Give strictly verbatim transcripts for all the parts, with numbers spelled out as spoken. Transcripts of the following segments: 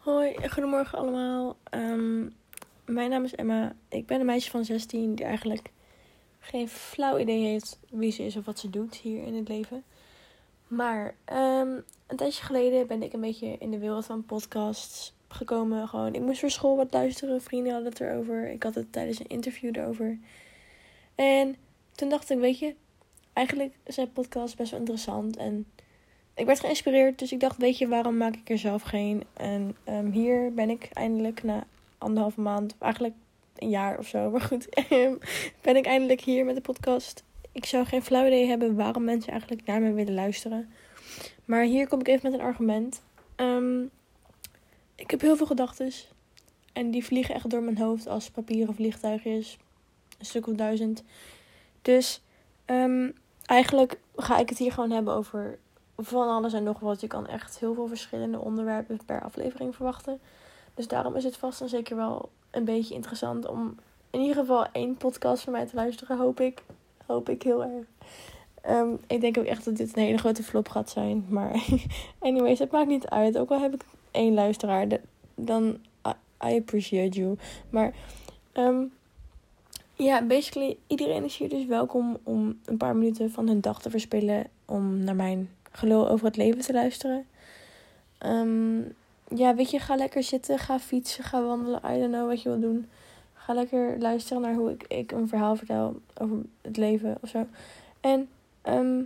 Hoi, goedemorgen allemaal. Um, mijn naam is Emma. Ik ben een meisje van zestien die eigenlijk geen flauw idee heeft wie ze is of wat ze doet hier in het leven. Maar um, een tijdje geleden ben ik een beetje in de wereld van podcasts gekomen. Gewoon, ik moest voor school wat luisteren. Vrienden hadden het erover. Ik had het tijdens een interview erover. En toen dacht ik, weet je, eigenlijk zijn podcasts best wel interessant. En ik werd geïnspireerd, dus ik dacht, weet je, waarom maak ik er zelf geen? En um, hier ben ik eindelijk na anderhalve maand, eigenlijk een jaar of zo, maar goed, ben ik eindelijk hier met de podcast. Ik zou geen flauw idee hebben waarom mensen eigenlijk naar me willen luisteren. Maar hier kom ik even met een argument. Um, ik heb heel veel gedachtes. En die vliegen echt door mijn hoofd als papieren vliegtuigjes. Een stuk of duizend. Dus um, eigenlijk ga ik het hier gewoon hebben over van alles en nog wat. Je kan echt heel veel verschillende onderwerpen per aflevering verwachten. Dus daarom is het vast en zeker wel een beetje interessant om in ieder geval één podcast van mij te luisteren. Hoop ik. Hoop ik heel erg. Um, ik denk ook echt dat dit een hele grote flop gaat zijn. Maar anyways, het maakt niet uit. Ook al heb ik één luisteraar, dan I appreciate you. Maar um, ja, basically iedereen is hier dus welkom om een paar minuten van hun dag te verspillen om naar mijn gelul over het leven te luisteren. Um, ja, weet je, ga lekker zitten, ga fietsen, ga wandelen, I don't know wat je wil doen. Ga lekker luisteren naar hoe ik, ik een verhaal vertel over het leven of zo. En um,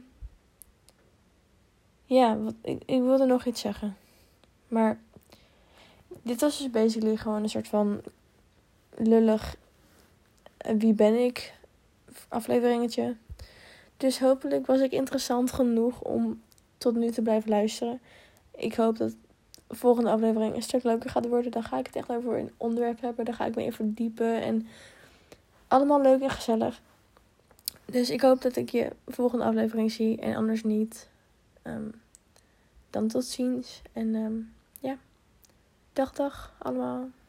ja, wat, ik, ik wilde nog iets zeggen. Maar dit was dus basically gewoon een soort van lullig wie ben ik afleveringetje. Dus hopelijk was ik interessant genoeg om tot nu te blijven luisteren. Ik hoop dat de volgende aflevering een stuk leuker gaat worden. Dan ga ik het echt over een onderwerp hebben. Dan ga ik me even verdiepen. En allemaal leuk en gezellig. Dus ik hoop dat ik je volgende aflevering zie. En anders niet. Um, dan tot ziens. En um, ja. Dag dag allemaal.